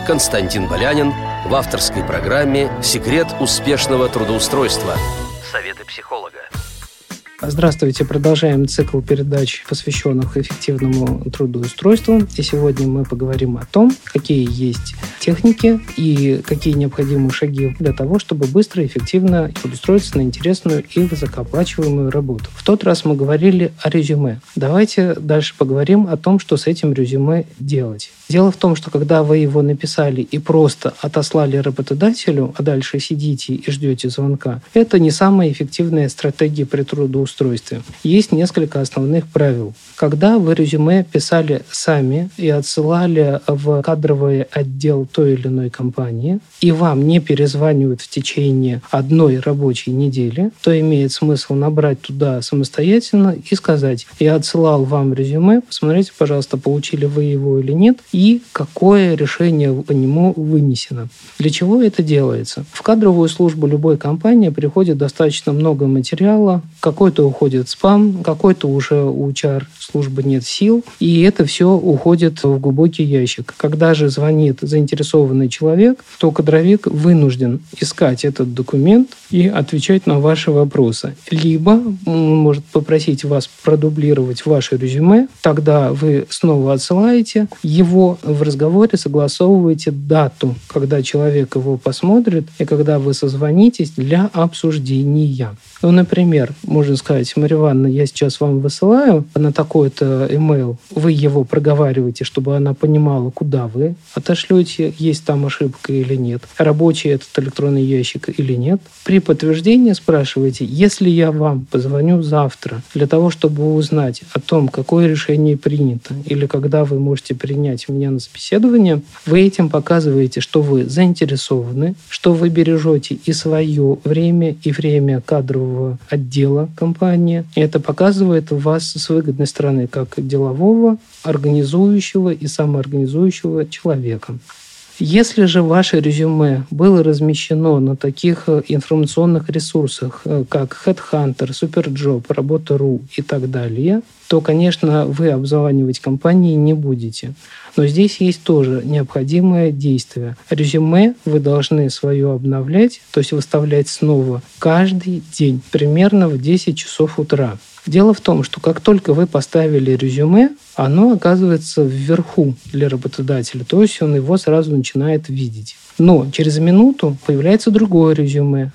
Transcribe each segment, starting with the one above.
Константин Болянин в авторской программе «Секрет успешного трудоустройства». Советы психолога. Здравствуйте, продолжаем цикл передач, посвященных эффективному трудоустройству. И сегодня мы поговорим о том, какие есть техники и какие необходимые шаги для того, чтобы быстро и эффективно трудоустроиться на интересную и высокооплачиваемую работу. В тот раз мы говорили о резюме. Давайте дальше поговорим о том, что с этим резюме делать. Дело в том, что когда вы его написали и просто отослали работодателю, а дальше сидите и ждете звонка, это не самая эффективная стратегия при трудоустройстве. Есть несколько основных правил. Когда вы резюме писали сами и отсылали в кадровый отдел той или иной компании, и вам не перезванивают в течение одной рабочей недели, то имеет смысл набрать туда самостоятельно и сказать: «Я отсылал вам резюме, посмотрите, пожалуйста, получили вы его или нет, и какое решение по нему вынесено». Для чего это делается? В кадровую службу любой компании приходит достаточно много материала, какой-то уходит в спам, какой-то уже у HR-службы нет сил, и это все уходит в глубокий ящик. Когда же звонит заинтересованный человек, то кадровик вынужден искать этот документ и отвечать на ваши вопросы. Либо он может попросить вас продублировать ваше резюме, тогда вы снова отсылаете его, в разговоре согласовываете дату, когда человек его посмотрит и когда вы созвонитесь для обсуждения. Ну, например, можно сказать: Марья Ивановна, я сейчас вам высылаю на такой-то email, вы его проговариваете, чтобы она понимала, куда вы отошлете, есть там ошибка или нет, рабочий этот электронный ящик или нет. При подтверждении спрашиваете: если я вам позвоню завтра для того, чтобы узнать о том, какое решение принято, или когда вы можете принять меня на собеседование, вы этим показываете, что вы заинтересованы, что вы бережете и свое время, и время кадрового отдела компании. И это показывает вас с выгодной стороны как делового, организующего и самоорганизующего человека. Если же ваше резюме было размещено на таких информационных ресурсах, как HeadHunter, Superjob, Работа.ру и так далее, то, конечно, вы обзванивать компании не будете. Но здесь есть тоже необходимое действие. Резюме вы должны свое обновлять, то есть выставлять снова каждый день, примерно в 10 часов утра. Дело в том, что как только вы поставили резюме, оно оказывается вверху для работодателя, то есть он его сразу начинает видеть. Но через минуту появляется другое резюме,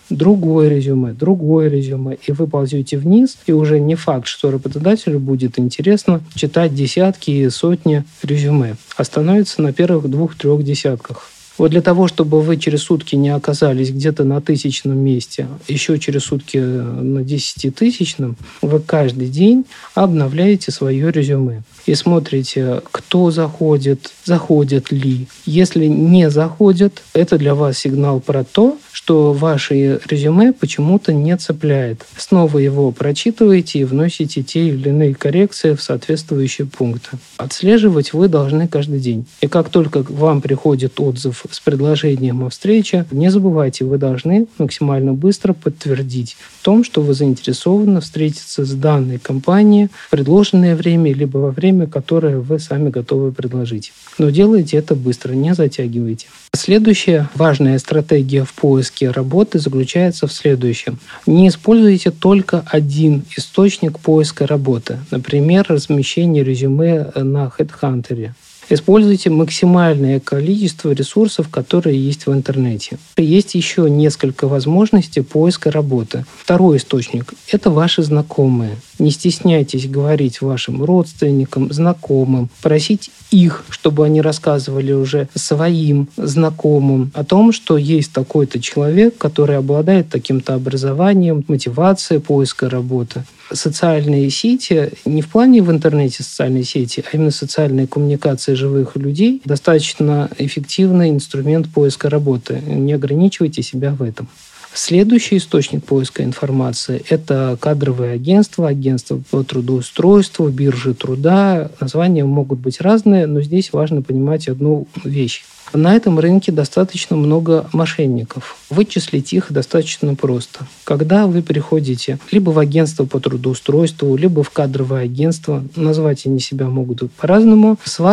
и вы ползете вниз, и уже не факт, что работодателю будет интересно читать десятки и сотни резюме, а становится на первых 2-3 десятках. Вот для того, чтобы вы через сутки не оказались где-то на 1000-м месте, еще через сутки на 10-тысячном, вы каждый день обновляете свое резюме и смотрите, кто заходит, заходят ли. Если не заходят, это для вас сигнал про то, что ваше резюме почему-то не цепляет. Снова его прочитываете и вносите те или иные коррекции в соответствующие пункты. Отслеживать вы должны каждый день. И как только к вам приходит отзыв с предложением о встрече, не забывайте, вы должны максимально быстро подтвердить в том, что вы заинтересованы встретиться с данной компанией в предложенное время, либо во время, которое вы сами готовы предложить. Но делайте это быстро, не затягивайте. Следующая важная стратегия в поиске работы заключается в следующем. Не используйте только один источник поиска работы, например, размещение резюме на HeadHunter. Используйте максимальное количество ресурсов, которые есть в интернете. Есть еще несколько возможностей поиска работы. Второй источник – это ваши знакомые. Не стесняйтесь говорить вашим родственникам, знакомым, просить их, чтобы они рассказывали уже своим знакомым о том, что есть такой-то человек, который обладает таким-то образованием, мотивацией поиска работы. Социальные сети, не в плане в интернете социальные сети, а именно социальная коммуникация живых людей, достаточно эффективный инструмент поиска работы. Не ограничивайте себя в этом. Следующий источник поиска информации – это кадровые агентства, агентства по трудоустройству, биржи труда. Названия могут быть разные, но здесь важно понимать одну вещь. На этом рынке достаточно много мошенников. Вычислить их достаточно просто. Когда вы приходите либо в агентство по трудоустройству, либо в кадровое агентство, назвать они себя могут по-разному, с вас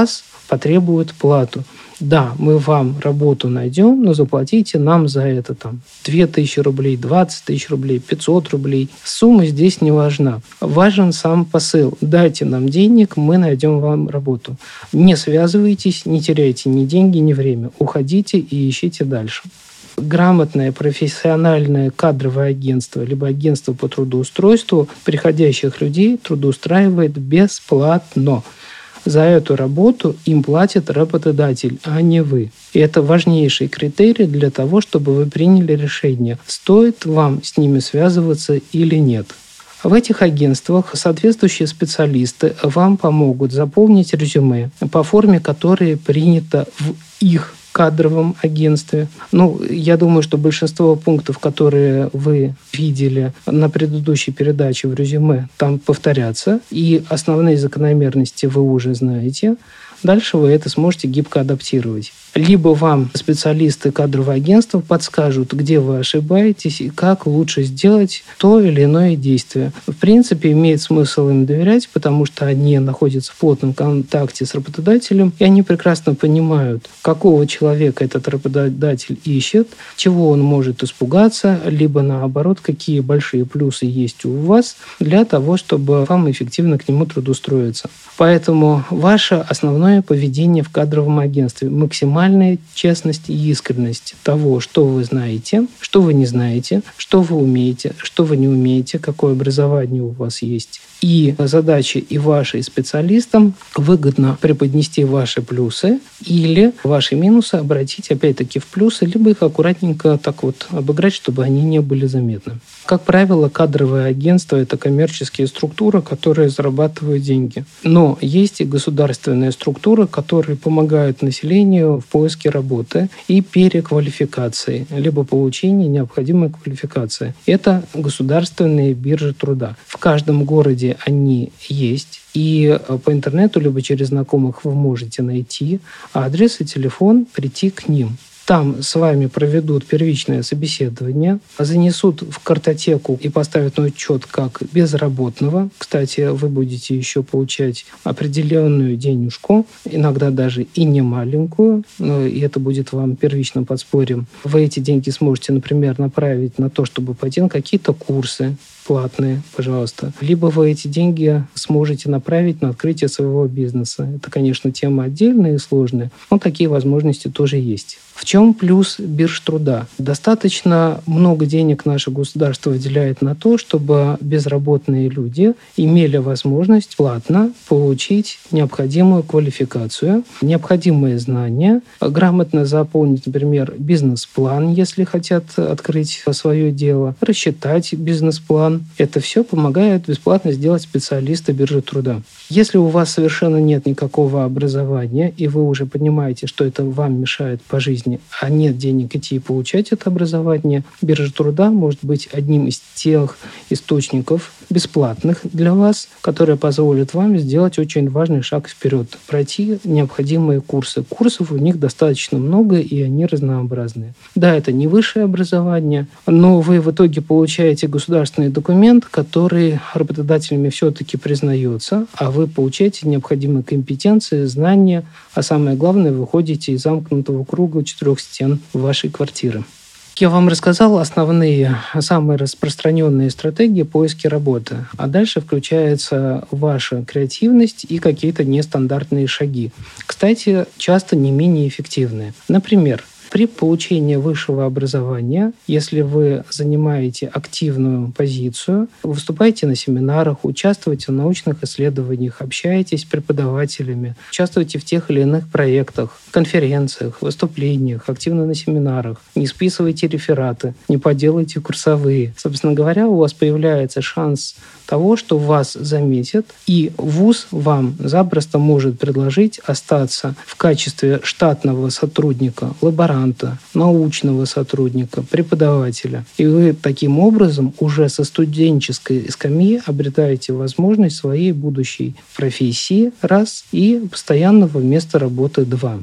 потребуют плату. Да, мы вам работу найдем, но заплатите нам за это 2000 рублей, 20 тысяч рублей, 500 рублей. Сумма здесь не важна. Важен сам посыл. Дайте нам денег, мы найдем вам работу. Не связывайтесь, не теряйте ни деньги, ни время. Уходите и ищите дальше. Грамотное профессиональное кадровое агентство либо агентство по трудоустройству приходящих людей трудоустраивает бесплатно. За эту работу им платит работодатель, а не вы. И это важнейший критерий для того, чтобы вы приняли решение, стоит вам с ними связываться или нет. В этих агентствах соответствующие специалисты вам помогут заполнить резюме по форме, которая принята в их кадровом агентстве. Я думаю, что большинство пунктов, которые вы видели на предыдущей передаче в резюме, там повторятся, и основные закономерности вы уже знаете. Дальше вы это сможете гибко адаптировать. Либо вам специалисты кадрового агентства подскажут, где вы ошибаетесь и как лучше сделать то или иное действие. В принципе, имеет смысл им доверять, потому что они находятся в плотном контакте с работодателем, и они прекрасно понимают, какого человека этот работодатель ищет, чего он может испугаться, либо наоборот, какие большие плюсы есть у вас для того, чтобы вам эффективно к нему трудоустроиться. Поэтому ваше основное поведение в кадровом агентстве – максимальная честность и искренность того, что вы знаете, что вы не знаете, что вы умеете, что вы не умеете, какое образование у вас есть. И задача и вашей специалистам выгодно преподнести ваши плюсы или ваши минусы обратить опять-таки в плюсы, либо их аккуратненько обыграть, чтобы они не были заметны. Как правило, кадровое агентство – это коммерческие структуры, которые зарабатывают деньги. Но есть и государственные структуры, которые помогают населению в поиске работы и переквалификации, либо получении необходимой квалификации. Это государственные биржи труда. В каждом городе они есть. И по интернету, либо через знакомых вы можете найти адрес и телефон, прийти к ним. Там с вами проведут первичное собеседование, занесут в картотеку и поставят на учет как безработного. Кстати, вы будете еще получать определенную денежку, иногда даже и не маленькую, и это будет вам первичным подспорьем. Вы эти деньги сможете, например, направить на то, чтобы пойти на какие-то курсы платные, пожалуйста. Либо вы эти деньги сможете направить на открытие своего бизнеса. Это, конечно, тема отдельная и сложная, но такие возможности тоже есть. В чем плюс бирж труда? Достаточно много денег наше государство выделяет на то, чтобы безработные люди имели возможность платно получить необходимую квалификацию, необходимые знания, грамотно заполнить, например, бизнес-план, если хотят открыть свое дело, рассчитать бизнес-план. Это все помогает бесплатно сделать специалисты биржи труда. Если у вас совершенно нет никакого образования, и вы уже понимаете, что это вам мешает по жизни, а нет денег идти и получать это образование, биржа труда может быть одним из тех источников бесплатных для вас, которые позволят вам сделать очень важный шаг вперед, пройти необходимые курсы. Курсов у них достаточно много, и они разнообразные. Да, это не высшее образование, но вы в итоге получаете государственный документ, который работодателями все-таки признается, а вы получаете необходимые компетенции, знания, а самое главное, вы выходите из замкнутого круга 4 стен вашей квартиры. Я вам рассказал основные, самые распространенные стратегии поиска работы, а дальше включается ваша креативность и какие-то нестандартные шаги. Кстати, часто не менее эффективные. Например, при получении высшего образования, если вы занимаете активную позицию, выступаете на семинарах, участвуете в научных исследованиях, общаетесь с преподавателями, участвуете в тех или иных проектах, конференциях, выступлениях, активно на семинарах, не списывайте рефераты, не поделайте курсовые. Собственно говоря, у вас появляется шанс того, что вас заметят, и вуз вам запросто может предложить остаться в качестве штатного сотрудника, лаборанта, научного сотрудника, преподавателя. И вы таким образом уже со студенческой скамьи обретаете возможность своей будущей профессии раз и постоянного места работы два.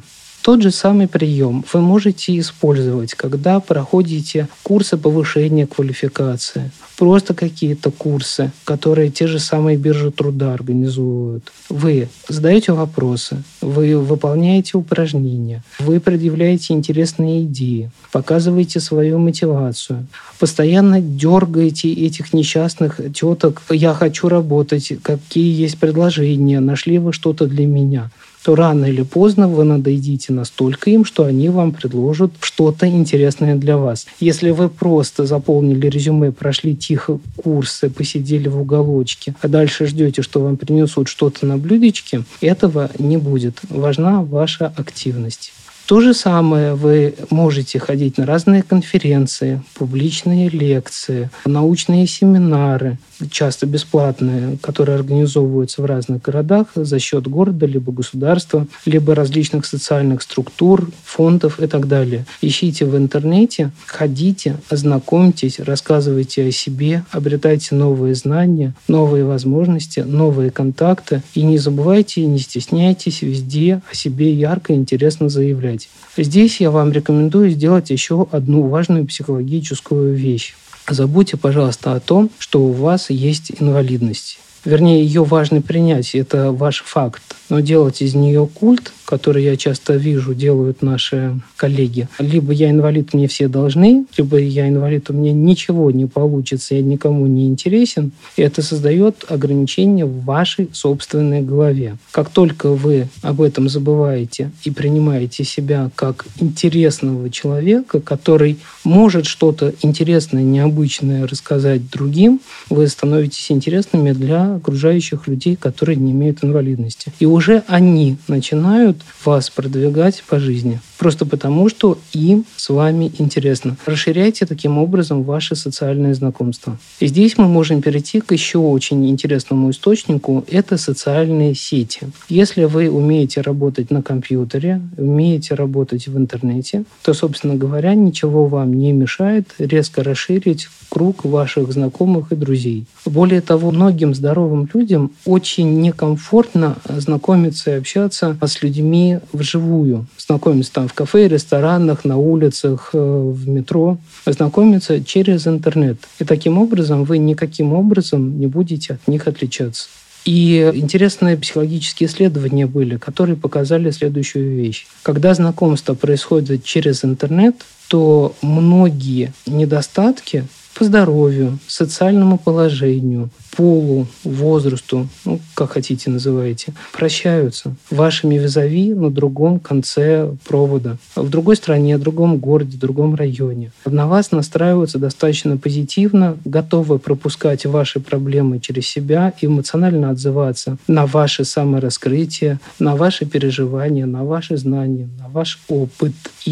Тот же самый прием вы можете использовать, когда проходите курсы повышения квалификации, просто какие-то курсы, которые те же самые биржи труда организуют. Вы задаете вопросы, вы выполняете упражнения, вы предъявляете интересные идеи, показываете свою мотивацию, постоянно дергаете этих несчастных теток «я хочу работать», «какие есть предложения», «нашли вы что-то для меня», то рано или поздно вы надоедите настолько им, что они вам предложат что-то интересное для вас. Если вы просто заполнили резюме, прошли тихо курсы, посидели в уголочке, а дальше ждете, что вам принесут что-то на блюдечке, этого не будет. Важна ваша активность. То же самое вы можете ходить на разные конференции, публичные лекции, научные семинары, часто бесплатные, которые организовываются в разных городах за счет города, либо государства, либо различных социальных структур, фондов и так далее. Ищите в интернете, ходите, ознакомьтесь, рассказывайте о себе, обретайте новые знания, новые возможности, новые контакты. И не забывайте, не стесняйтесь везде о себе ярко и интересно заявлять. Здесь я вам рекомендую сделать еще одну важную психологическую вещь. Забудьте, пожалуйста, о том, что у вас есть инвалидность. Вернее, ее важно принять, это ваш факт. Но делать из нее культ, который я часто вижу, делают наши коллеги. Либо я инвалид, мне все должны, либо я инвалид, у меня ничего не получится, я никому не интересен. И это создает ограничения в вашей собственной голове. Как только вы об этом забываете и принимаете себя как интересного человека, который может что-то интересное, необычное рассказать другим, вы становитесь интересными для окружающих людей, которые не имеют инвалидности. И уже они начинают вас продвигать по жизни. Просто потому, что им с вами интересно. Расширяйте таким образом ваши социальные знакомства. И здесь мы можем перейти к еще очень интересному источнику. Это социальные сети. Если вы умеете работать на компьютере, умеете работать в интернете, то, собственно говоря, ничего вам не мешает резко расширить круг ваших знакомых и друзей. Более того, многим здоровым людям очень некомфортно знакомиться и общаться с людьми вживую. Знакомиться там в кафе, ресторанах, на улицах, в метро. Знакомиться через интернет. И таким образом вы никаким образом не будете от них отличаться. И интересные психологические исследования были, которые показали следующую вещь. Когда знакомство происходит через интернет, то многие недостатки по здоровью, социальному положению, полу, возрасту, как хотите называйте, прощаются вашими визави на другом конце провода, в другой стране, в другом городе, в другом районе. На вас настраиваются достаточно позитивно, готовы пропускать ваши проблемы через себя, эмоционально отзываться на ваше самораскрытие, на ваши переживания, на ваши знания, на ваш опыт.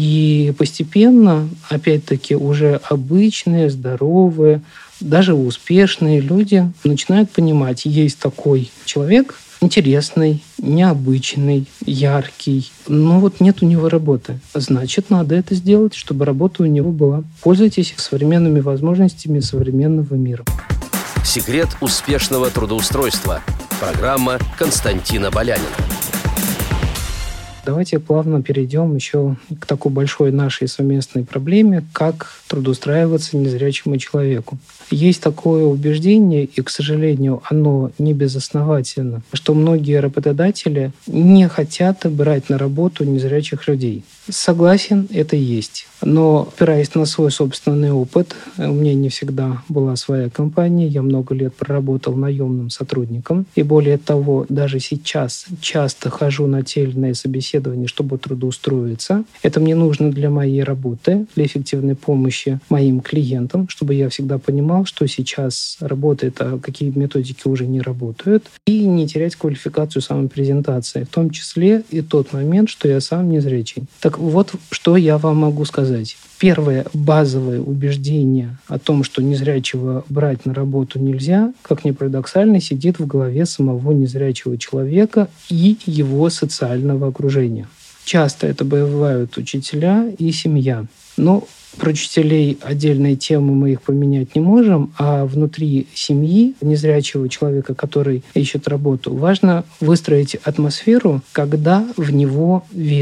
И постепенно, опять-таки, уже обычные, здоровые, даже успешные люди начинают понимать, есть такой человек, интересный, необычный, яркий, но вот нет у него работы. Значит, надо это сделать, чтобы работа у него была. Пользуйтесь современными возможностями современного мира. Секрет успешного трудоустройства. Программа Константина Болянина. Давайте плавно перейдем еще к такой большой нашей совместной проблеме, как трудоустраиваться незрячему человеку. Есть такое убеждение, и, к сожалению, оно не безосновательно, что многие работодатели не хотят брать на работу незрячих людей. Согласен, это есть. Но, опираясь на свой собственный опыт, у меня не всегда была своя компания, я много лет проработал наемным сотрудником. И более того, даже сейчас часто хожу на те или иные собеседования, чтобы трудоустроиться. Это мне нужно для моей работы, для эффективной помощи моим клиентам, чтобы я всегда понимал, что сейчас работает, а какие методики уже не работают. И не терять квалификацию самопрезентации, в том числе и тот момент, что я сам незрячий. Так вот, что я вам могу сказать. Первое базовое убеждение о том, что незрячего брать на работу нельзя, как ни парадоксально, сидит в голове самого незрячего человека и его социального окружения. Часто это бывают учителя и семья. Но про учителей отдельные темы, мы их поменять не можем, а внутри семьи незрячего человека, который ищет работу, важно выстроить атмосферу, когда в него верят.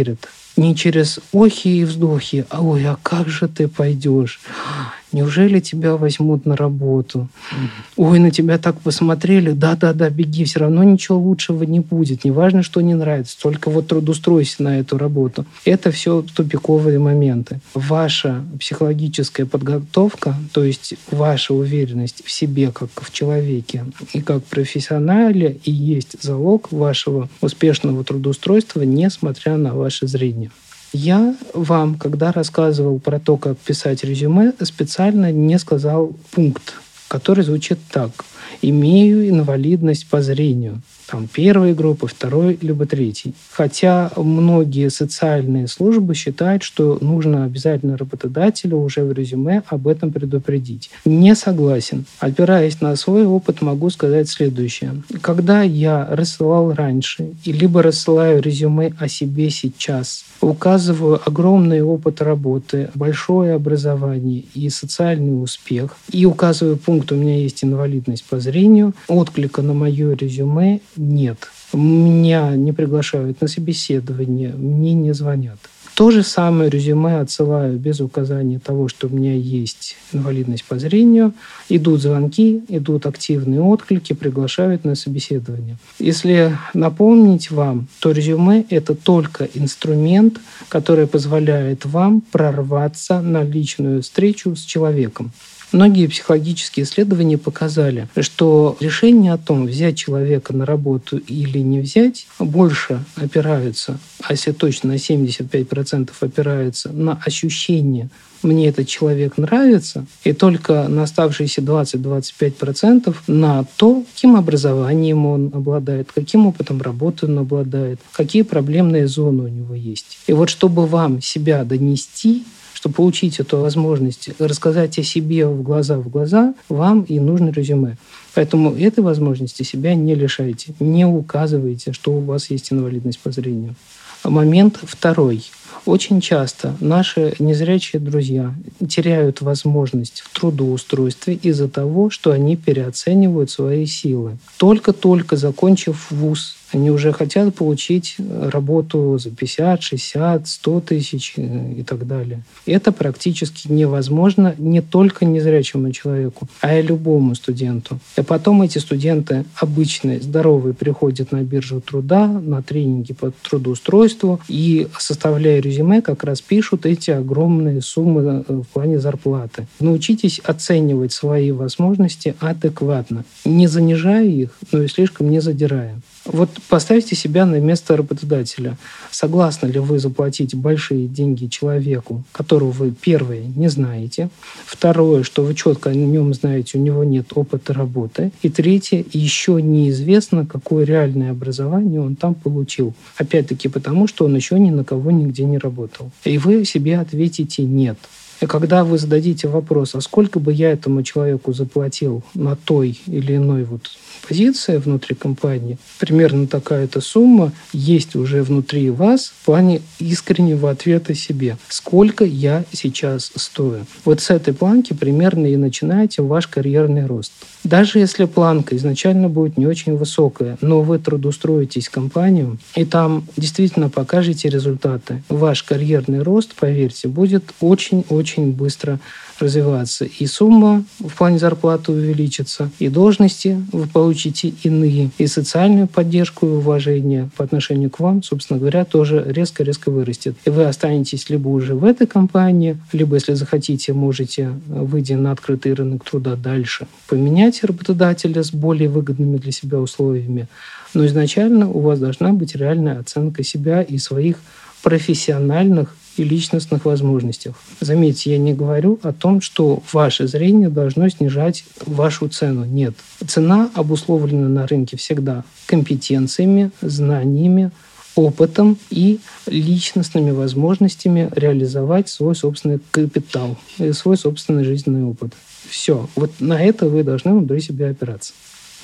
Не через охи и вздохи, ой, а как же ты пойдешь? Неужели тебя возьмут на работу? Ой, на тебя так посмотрели. Да, беги, все равно ничего лучшего не будет. Неважно, что не нравится, только вот трудоустройся на эту работу. Это все тупиковые моменты. Ваша психологическая подготовка, то есть ваша уверенность в себе как в человеке и как профессионале, и есть залог вашего успешного трудоустройства, несмотря на ваше зрение. Я вам, когда рассказывал про то, как писать резюме, специально не сказал пункт, который звучит так. Имею инвалидность по зрению. Там первой группы, второй, либо третьей. Хотя многие социальные службы считают, что нужно обязательно работодателю уже в резюме об этом предупредить. Не согласен. Опираясь на свой опыт, могу сказать следующее. Когда я рассылал раньше, либо рассылаю резюме о себе сейчас, указываю огромный опыт работы, большое образование и социальный успех, и указываю пункт «У меня есть инвалидность по зрению», отклика на мое резюме нет. Меня не приглашают на собеседование, мне не звонят. То же самое резюме отсылаю без указания того, что у меня есть инвалидность по зрению. Идут звонки, идут активные отклики, приглашают на собеседование. Если напомнить вам, то резюме – это только инструмент, который позволяет вам прорваться на личную встречу с человеком. Многие психологические исследования показали, что решение о том, взять человека на работу или не взять, больше опираются, а если точно на 75% опираются на ощущение «мне этот человек нравится», и только на оставшиеся 20-25% на то, каким образованием он обладает, каким опытом работы он обладает, какие проблемные зоны у него есть. И вот чтобы вам себя донести, чтобы получить эту возможность рассказать о себе в глаза, вам и нужно резюме. Поэтому этой возможности себя не лишайте, не указывайте, что у вас есть инвалидность по зрению. Момент второй. Очень часто наши незрячие друзья теряют возможность в трудоустройстве из-за того, что они переоценивают свои силы. Только-только закончив вуз, они уже хотят получить работу за 50, 60, 100 тысяч и так далее. Это практически невозможно не только незрячему человеку, а и любому студенту. И потом эти студенты обычные, здоровые, приходят на биржу труда, на тренинги по трудоустройству и, составляя резюме, как раз пишут эти огромные суммы в плане зарплаты. Научитесь оценивать свои возможности адекватно, не занижая их, но и слишком не задирая. Вот поставьте себя на место работодателя. Согласны ли вы заплатить большие деньги человеку, которого вы, первое, не знаете, второе, что вы четко о нем знаете, у него нет опыта работы, и третье, еще неизвестно, какое реальное образование он там получил. Опять-таки потому, что он еще ни на кого нигде не работал. И вы себе ответите «нет». И когда вы зададите вопрос, а сколько бы я этому человеку заплатил на той или иной позиции внутри компании, примерно такая-то сумма есть уже внутри вас в плане искреннего ответа себе. Сколько я сейчас стою? Вот с этой планки примерно и начинаете ваш карьерный рост. Даже если планка изначально будет не очень высокая, но вы трудоустроитесь в компанию, и там действительно покажете результаты, ваш карьерный рост, поверьте, будет очень-очень быстро развиваться. И сумма в плане зарплаты увеличится, и должности вы получите иные, и социальную поддержку и уважение по отношению к вам, собственно говоря, тоже резко-резко вырастет. И вы останетесь либо уже в этой компании, либо, если захотите, можете, выйдя на открытый рынок труда дальше, поменять работодателя с более выгодными для себя условиями. Но изначально у вас должна быть реальная оценка себя и своих профессиональных и личностных возможностях. Заметьте, я не говорю о том, что ваше зрение должно снижать вашу цену. Нет. Цена обусловлена на рынке всегда компетенциями, знаниями, опытом и личностными возможностями реализовать свой собственный капитал и свой собственный жизненный опыт. Все. Вот на это вы должны внутри себя опираться.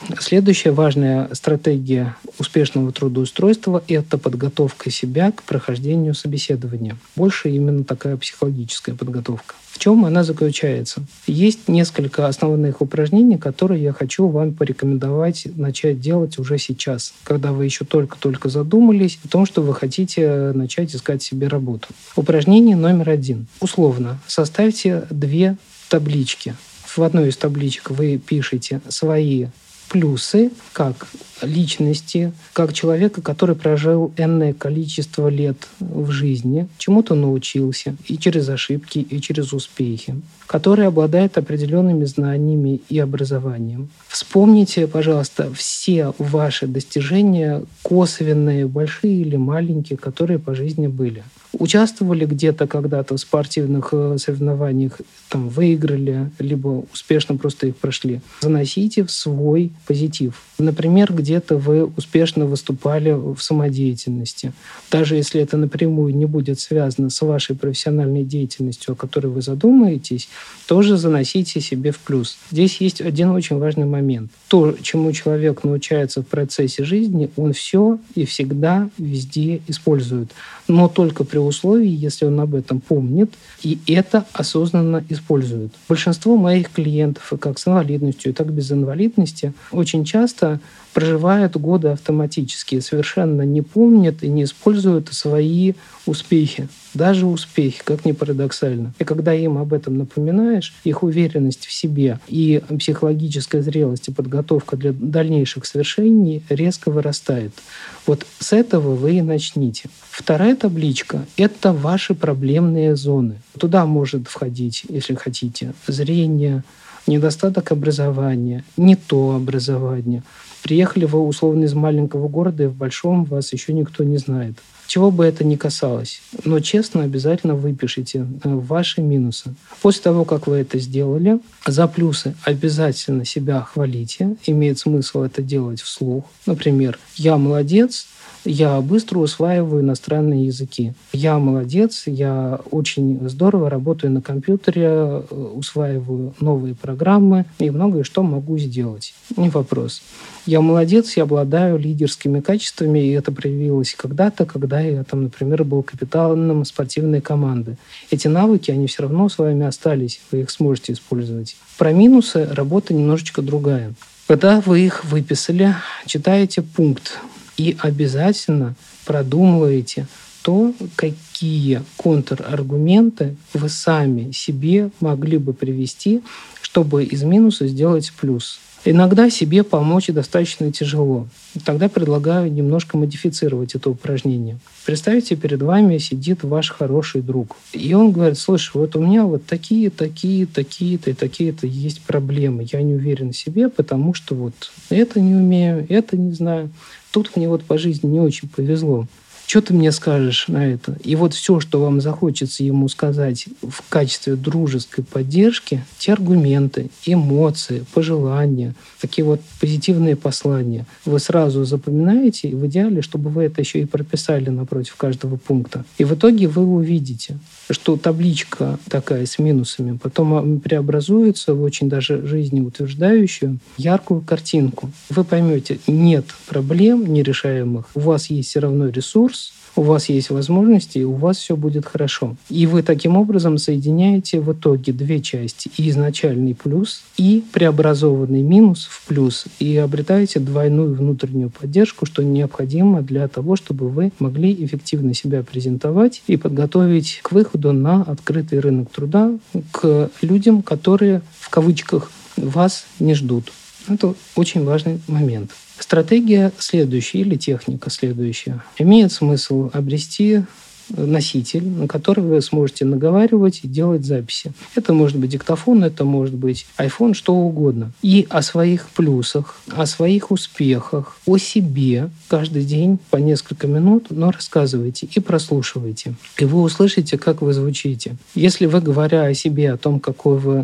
Следующая важная стратегия успешного трудоустройства – это подготовка себя к прохождению собеседования. Больше именно такая психологическая подготовка. В чем она заключается? Есть несколько основных упражнений, которые я хочу вам порекомендовать начать делать уже сейчас, когда вы еще только-только задумались о том, что вы хотите начать искать себе работу. Упражнение номер 1. Условно, составьте 2 таблички. В одной из табличек вы пишете свои плюсы как личности, как человека, который прожил энное количество лет в жизни, чему-то научился и через ошибки, и через успехи, который обладает определенными знаниями и образованием. Вспомните, пожалуйста, все ваши достижения, косвенные, большие или маленькие, которые по жизни были. Участвовали где-то когда-то в спортивных соревнованиях, там выиграли, либо успешно просто их прошли. Заносите в свой позитив. Например, где-то вы успешно выступали в самодеятельности. Даже если это напрямую не будет связано с вашей профессиональной деятельностью, о которой вы задумаетесь, тоже заносите себе в плюс. Здесь есть один очень важный момент. То, чему человек научается в процессе жизни, он все и всегда везде использует. Но только при условии, если он об этом помнит и это осознанно использует. Большинство моих клиентов, как с инвалидностью, так и без инвалидности, очень часто проживают годы автоматически, совершенно не помнят и не используют свои успехи. Даже успехи, как ни парадоксально. И когда им об этом напоминаешь, их уверенность в себе и психологическая зрелость и подготовка для дальнейших свершений резко вырастает. Вот с этого вы и начните. Вторая табличка — это ваши проблемные зоны. Туда может входить, если хотите, зрение, недостаток образования, не то образование. Приехали вы условно из маленького города, и в большом вас еще никто не знает. Чего бы это ни касалось. Но честно обязательно выпишите ваши минусы. После того, как вы это сделали, за плюсы обязательно себя хвалите. Имеет смысл это делать вслух. Например, «Я молодец, я быстро усваиваю иностранные языки. Я молодец, я очень здорово работаю на компьютере, усваиваю новые программы и многое что могу сделать». Не вопрос. «Я молодец, я обладаю лидерскими качествами, и это проявилось когда-то, когда я, например, был капитаном спортивной команды». Эти навыки, они все равно с вами остались, вы их сможете использовать. Про минусы работа немножечко другая. Когда вы их выписали, читаете пункт и обязательно продумываете то, какие контраргументы вы сами себе могли бы привести, чтобы из минуса сделать плюс. Иногда себе помочь достаточно тяжело. Тогда предлагаю немножко модифицировать это упражнение. Представьте, перед вами сидит ваш хороший друг. И он говорит: слушай, вот у меня вот такие-то есть проблемы. Я не уверен в себе, потому что вот это не умею, это не знаю. Тут мне вот по жизни не очень повезло. Что ты мне скажешь на это? И вот все, что вам захочется ему сказать в качестве дружеской поддержки, те аргументы, эмоции, пожелания, такие вот позитивные послания, вы сразу запоминаете, и в идеале, чтобы вы это еще и прописали напротив каждого пункта. И в итоге вы увидите, что табличка такая с минусами потом преобразуется в очень даже жизнеутверждающую яркую картинку. Вы поймете, нет проблем нерешаемых, у вас есть все равно ресурс, у вас есть возможности, и у вас все будет хорошо. И вы таким образом соединяете в итоге 2 части: и изначальный плюс, и преобразованный минус в плюс, и обретаете двойную внутреннюю поддержку, что необходимо для того, чтобы вы могли эффективно себя презентовать и подготовить к выходу на открытый рынок труда, к людям, которые в кавычках вас не ждут. Это очень важный момент. Стратегия следующая или техника следующая. Имеет смысл обрести носитель, на который вы сможете наговаривать и делать записи. Это может быть диктофон, это может быть iPhone, что угодно. И о своих плюсах, о своих успехах, о себе каждый день по несколько минут, но рассказывайте и прослушивайте. И вы услышите, как вы звучите. Если вы, говоря о себе, о том, какой вы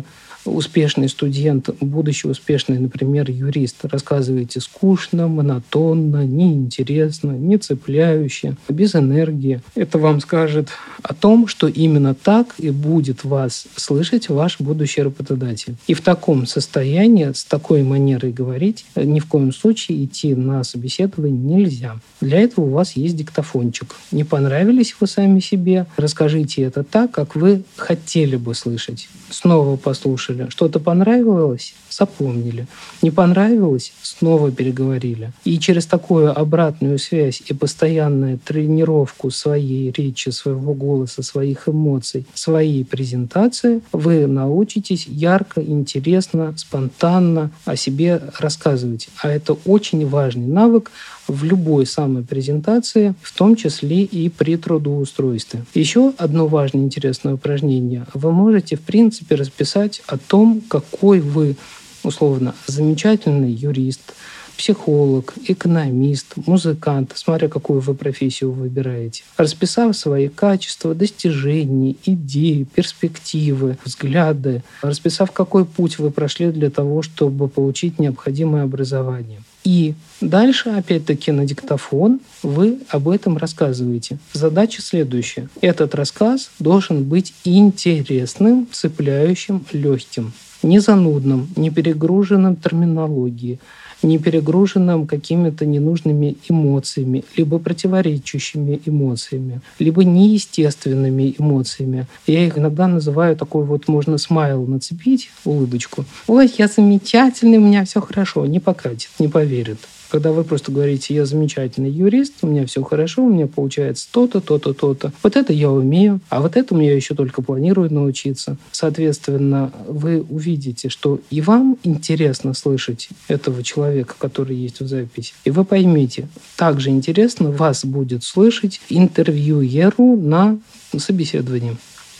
успешный студент, будущий успешный, например, юрист, рассказываете скучно, монотонно, неинтересно, не цепляюще, без энергии. Это вам скажет о том, что именно так и будет вас слышать ваш будущий работодатель. И в таком состоянии, с такой манерой говорить, ни в коем случае идти на собеседование нельзя. Для этого у вас есть диктофончик. Не понравились вы сами себе, расскажите это так, как вы хотели бы слышать. Снова послушали. Что-то понравилось? Запомнили. Не понравилось? Снова переговорили. И через такую обратную связь и постоянную тренировку своей речи, своего голоса, своих эмоций, своей презентации вы научитесь ярко, интересно, спонтанно о себе рассказывать. А это очень важный навык в любой самопрезентации, в том числе и при трудоустройстве. Еще одно важное интересное упражнение. Вы можете, в принципе, расписать о том, какой вы, условно, замечательный юрист, психолог, экономист, музыкант, смотря какую вы профессию выбираете. Расписав свои качества, достижения, идеи, перспективы, взгляды, расписав, какой путь вы прошли для того, чтобы получить необходимое образование. И дальше, опять-таки, на диктофон вы об этом рассказываете. Задача следующая. Этот рассказ должен быть интересным, цепляющим, легким, не занудным, не перегруженным терминологией, не перегруженным какими-то ненужными эмоциями, либо противоречащими эмоциями, либо неестественными эмоциями. Я их иногда называю такой вот, можно смайл нацепить, улыбочку. «Ой, я замечательный, у меня все хорошо». Не покатит, не поверит. Когда вы просто говорите: «Я замечательный юрист, у меня все хорошо, у меня получается то-то, то-то, то-то. Вот это я умею, а вот этому я еще только планирую научиться». Соответственно, вы увидите, что и вам интересно слышать этого человека, который есть в записи. И вы поймете, также интересно вас будет слышать интервьюеру на собеседовании.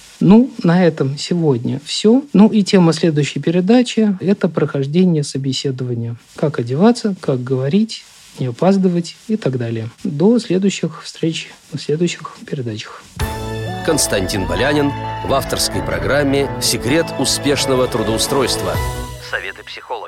На этом сегодня все. И тема следующей передачи – это прохождение собеседования. Как одеваться, как говорить, не опаздывать и так далее. До следующих встреч в следующих передачах. Константин Болянин в авторской программе «Секрет успешного трудоустройства». Советы психолога.